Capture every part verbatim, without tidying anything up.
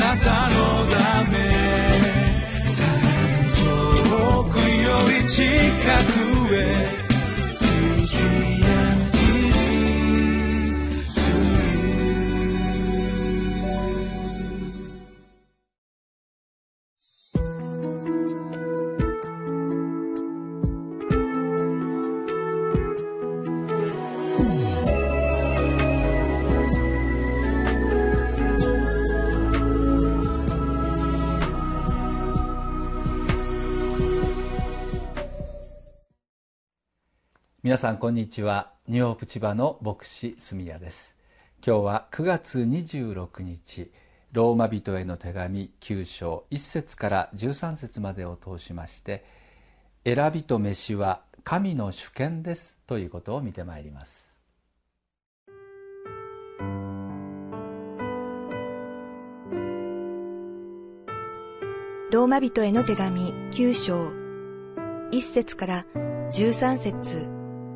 なたのため遠くより近くへ皆さんこんにちは。ニューホープ千葉の牧師住谷です。今日はくがつにじゅうろくにち、ローマ人への手紙きゅう章いっ節からじゅうさん節までを通しまして、選びと召しは神の主権ですということを見てまいります。 ローマ人への手紙きゅう章いっ節からじゅうさん節。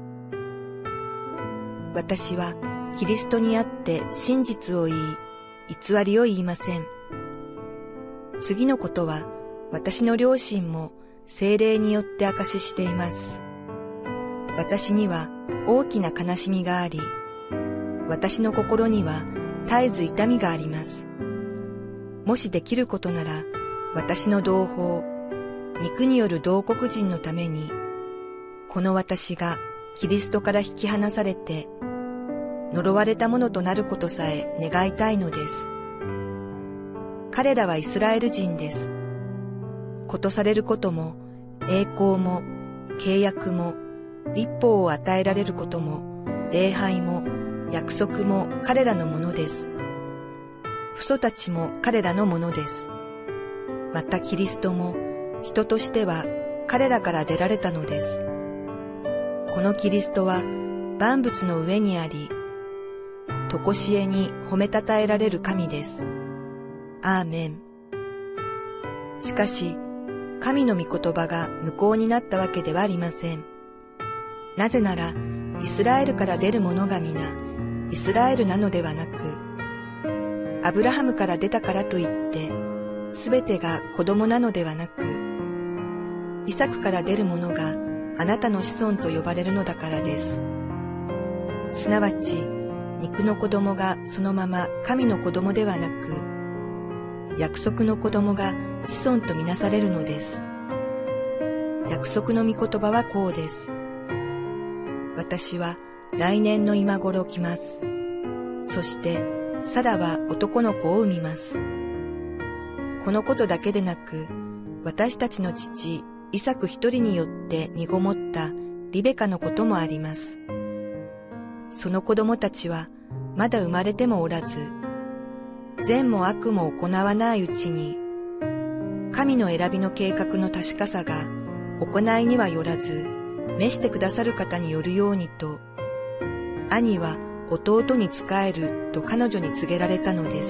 私はキリストにあって真実を言い、偽りを言いません。次のことは私の両親も聖霊によって証ししています。私には大きな悲しみがあり、私の心には絶えず痛みがあります。もしできることなら、私の同胞、肉による同国人のために、この私がキリストから引き離されて、呪われたものとなることさえ願いたいのです。彼らはイスラエル人です。ことされることも、栄光も、契約も、律法を与えられることも、礼拝も、約束も彼らのものです。父祖たちも彼らのものです。またキリストも、人としては彼らから出られたのです。このキリストは万物の上にあり、とこしえに褒めたたえられる神です。アーメン。しかし、神の御言葉が無効になったわけではありません。なぜなら、イスラエルから出る者が皆、イスラエルなのではなく、アブラハムから出たからといって、すべてが子供なのではなく、イサクから出る者があなたの子孫と呼ばれるのだからです。すなわち、肉の子供がそのまま神の子供ではなく、約束の子供が子孫とみなされるのです。約束の御言葉はこうです。私は来年の今頃来ます。そして、サラは男の子を産みます。このことだけでなく、私たちの父、イサク一人によって身ごもったリベカのこともあります。その子供たちはまだ生まれてもおらず、善も悪も行わないうちに、神の選びの計画の確かさが行いにはよらず、召してくださる方によるようにと、兄は弟に仕えると彼女に告げられたのです。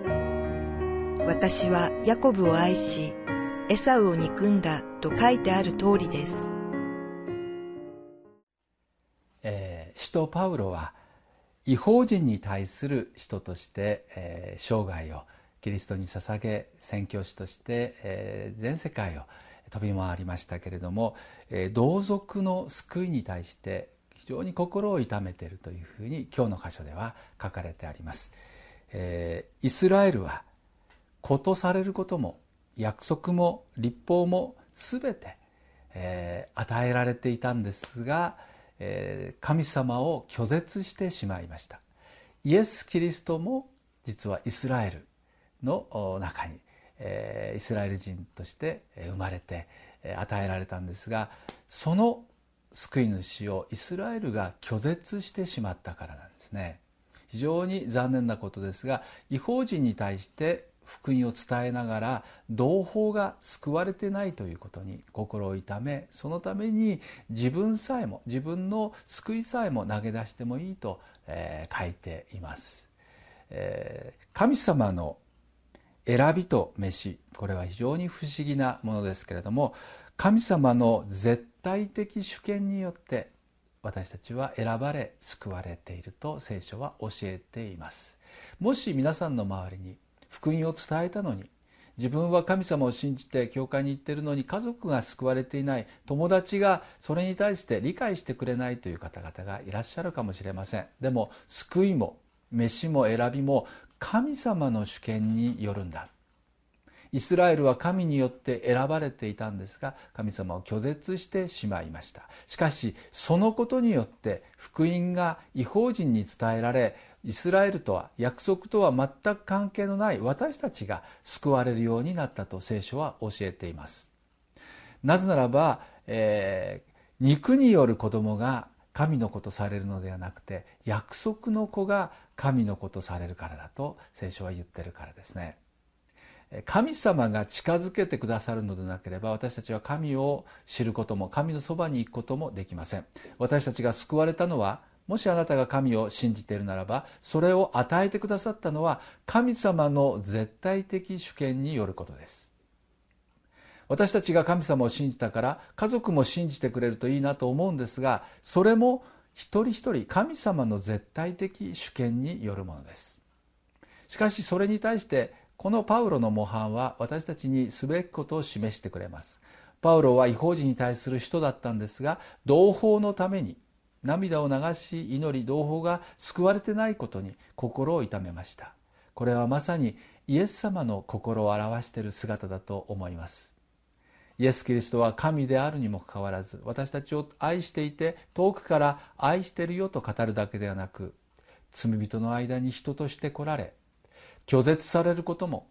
私はヤコブを愛し、エサウを憎んだと書いてある通りです。 えー、使徒パウロは異邦人に対する人として、えー、生涯をキリストに捧げ、宣教師として、えー、全世界を飛び回りましたけれども、えー、同族の救いに対して非常に心を痛めているというふうに今日の箇所では書かれてあります。えー、イスラエルはことされることも約束も律法もすべて、えー、与えられていたんですが、えー、神様を拒絶してしまいました。イエス・キリストも実はイスラエルの中に、えー、イスラエル人として生まれて与えられたんですが、その救い主をイスラエルが拒絶してしまったからなんですね。非常に残念なことですが、異邦人に対して福音を伝えながら同胞が救われてないということに心を痛め、そのために自分さえも自分の救いさえも投げ出してもいいと、えー、書いています。えー、神様の選びと召し、これは非常に不思議なものですけれども、神様の絶対的主権によって私たちは選ばれ救われていると聖書は教えています。もし皆さんの周りに福音を伝えたのに、自分は神様を信じて教会に行っているのに家族が救われていない、友達がそれに対して理解してくれないという方々がいらっしゃるかもしれません。でも救いも飯も選びも神様の主権によるんだ。イスラエルは神によって選ばれていたんですが、神様を拒絶してしまいました。しかしそのことによって福音が異邦人に伝えられ、イスラエルとは約束とは全く関係のない私たちが救われるようになったと聖書は教えています。なぜならば、えー、肉による子供が神の子とされるのではなくて、約束の子が神の子とされるからだと聖書は言ってるからですね。神様が近づけてくださるのでなければ、私たちは神を知ることも神のそばに行くこともできません。私たちが救われたのは、もしあなたが神を信じているならば、それを与えてくださったのは神様の絶対的主権によることです。私たちが神様を信じたから家族も信じてくれるといいなと思うんですが、それも一人一人神様の絶対的主権によるものです。しかしそれに対してこのパウロの模範は私たちにすべきことを示してくれます。パウロは異邦人に対する人だったんですが、同胞のために涙を流し祈り、同胞が救われてないことに心を痛めました。これはまさにイエス様の心を表している姿だと思います。イエス・キリストは神であるにもかかわらず、私たちを愛していて遠くから愛してるよと語るだけではなく、罪人の間に人として来られ、拒絶されることも、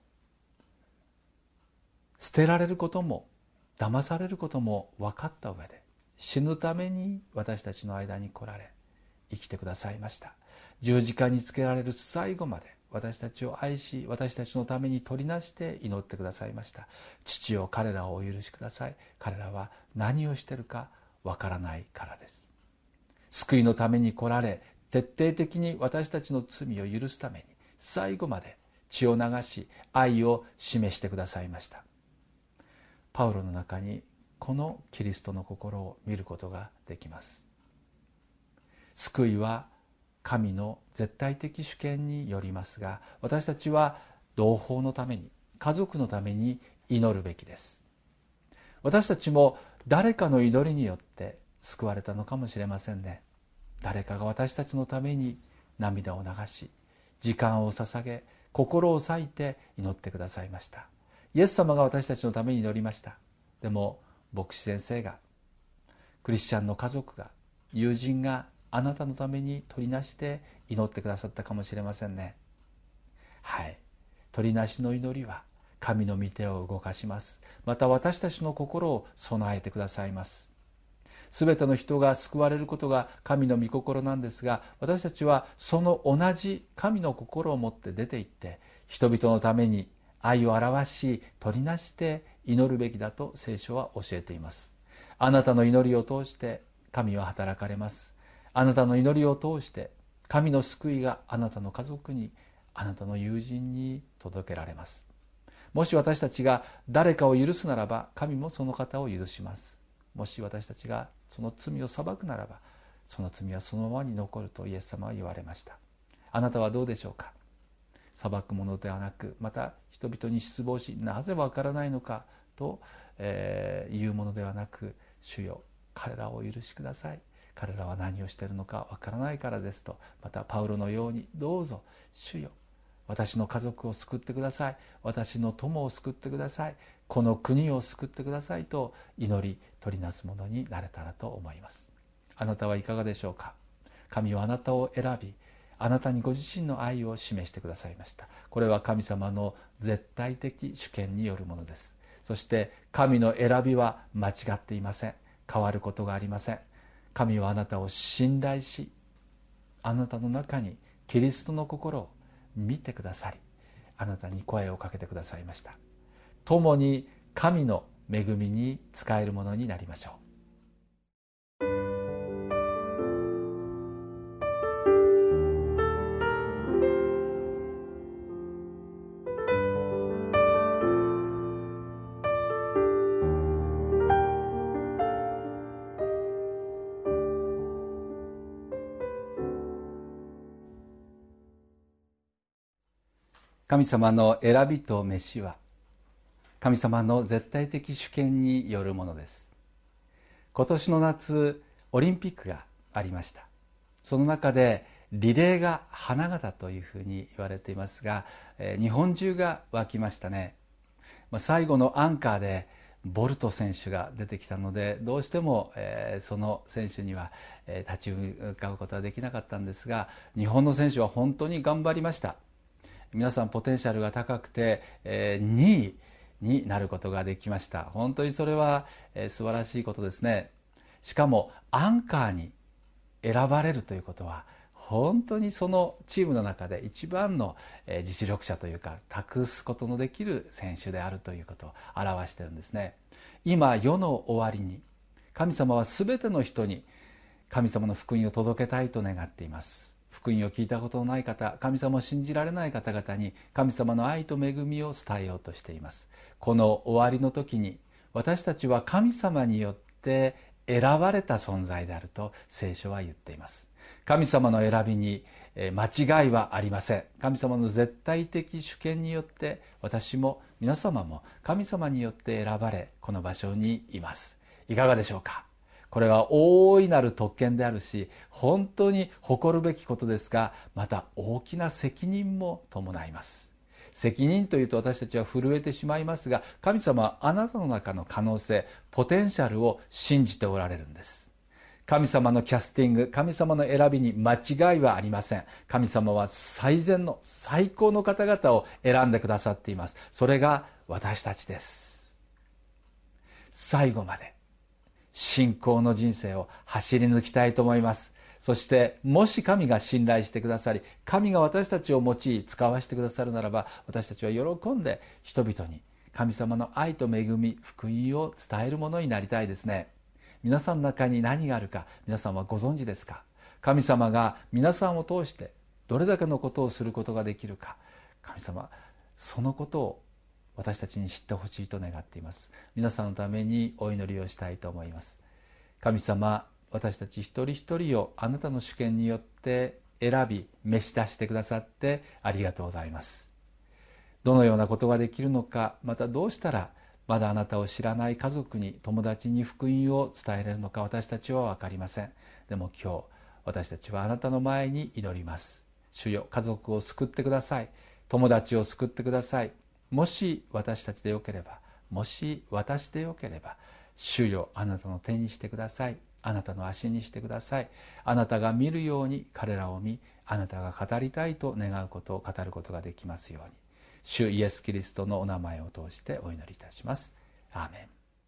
捨てられることも、騙されることも分かった上で、死ぬために私たちの間に来られ、生きてくださいました。十字架につけられる最後まで私たちを愛し、私たちのために取りなして祈ってくださいました。父よ、彼らをお許しください。彼らは何をしているか分からないからです。救いのために来られ、徹底的に私たちの罪を許すために最後まで血を流し愛を示してくださいました。パウロの中にこのキリストの心を見ることができます。救いは神の絶対的主権によりますが、私たちは同胞のために、家族のために祈るべきです。私たちも誰かの祈りによって救われたのかもしれませんね。誰かが私たちのために涙を流し、時間を捧げ、心を割いて祈ってくださいました。イエス様が私たちのために祈りました。でも牧師先生が、クリスチャンの家族が、友人があなたのために取りなして祈ってくださったかもしれませんね。はい、取りなしの祈りは神の御手を動かします。また私たちの心を備えてくださいます。すべての人が救われることが神の御心なんですが、私たちはその同じ神の心を持って出て行って、人々のために愛を表し取りなして祈るべきだと聖書は教えています。あなたの祈りを通して神は働かれます。あなたの祈りを通して神の救いがあなたの家族に、あなたの友人に届けられます。もし私たちが誰かを許すならば、神もその方を許します。もし私たちがその罪を裁くならば、その罪はそのままに残るとイエス様は言われました。あなたはどうでしょうか。裁くものではなく、また人々に失望し、なぜわからないのかと、えー、言うものではなく、主よ、彼らをお許しください。彼らは何をしているのかわからないからですと、またパウロのように、どうぞ主よ、私の家族を救ってください。私の友を救ってください。この国を救ってくださいと祈り取りなすものになれたらと思います。あなたはいかがでしょうか。神はあなたを選び、あなたにご自身の愛を示してくださいました。これは神様の絶対的主権によるものです。そして神の選びは間違っていません。変わることがありません。神はあなたを信頼し、あなたの中にキリストの心を見てくださり、あなたに声をかけてくださいました。共に神の恵みに仕えるものになりましょう。 神様の選びと召しは神様の絶対的主権によるものです。今年の夏、オリンピックがありました。その中でリレーが花形というふうに言われていますが、えー、日本中が沸きましたね。まあ、最後のアンカーでボルト選手が出てきたので、どうしても、えー、その選手には、えー、立ち向かうことはできなかったんですが、日本の選手は本当に頑張りました。皆さんポテンシャルが高くて、えー、にいになることができました。本当にそれは、えー、素晴らしいことですね。しかもアンカーに選ばれるということは、本当にそのチームの中で一番の実力者というか、託すことのできる選手であるということを表しているんですね。今世の終わりに神様は全ての人に神様の福音を届けたいと願っています。福音を聞いたことのない方、神様を信じられない方々に神様の愛と恵みを伝えようとしています。この終わりの時に私たちは神様によって選ばれた存在であると聖書は言っています。神様の選びに間違いはありません。神様の絶対的主権によって私も皆様も神様によって選ばれ、この場所にいます。いかがでしょうか。これは大いなる特権であるし、本当に誇るべきことですが、また大きな責任も伴います。責任というと私たちは震えてしまいますが、神様はあなたの中の可能性、ポテンシャルを信じておられるんです。神様のキャスティング、神様の選びに間違いはありません。神様は最善の最高の方々を選んでくださっています。それが私たちです。最後まで信仰の人生を走り抜きたいと思います。そしてもし神が信頼してくださり、神が私たちを用い使わせてくださるならば、私たちは喜んで人々に神様の愛と恵み、福音を伝えるものになりたいですね。皆さんの中に何があるか、皆さんはご存知ですか。神様が皆さんを通してどれだけのことをすることができるか、神様そのことを私たちに知ってほしいと願っています。皆さんのためにお祈りをしたいと思います。神様、私たち一人一人をあなたの主権によって選び召し出してくださってありがとうございます。どのようなことができるのか、またどうしたらまだあなたを知らない家族に、友達に福音を伝えられるのか、私たちは分かりません。でも今日私たちはあなたの前に祈ります。主よ、家族を救ってください。友達を救ってください。もし私たちでよければ、もし私でよければ、主よ、あなたの手にしてください。あなたの足にしてください。あなたが見るように彼らを見、あなたが語りたいと願うことを語ることができますように、主イエス・キリストのお名前を通してお祈りいたします。アーメン。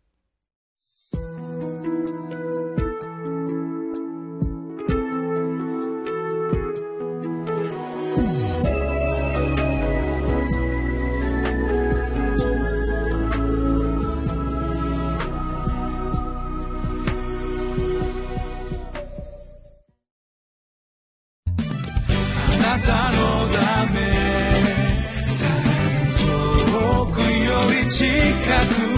あなたのため遠くより近く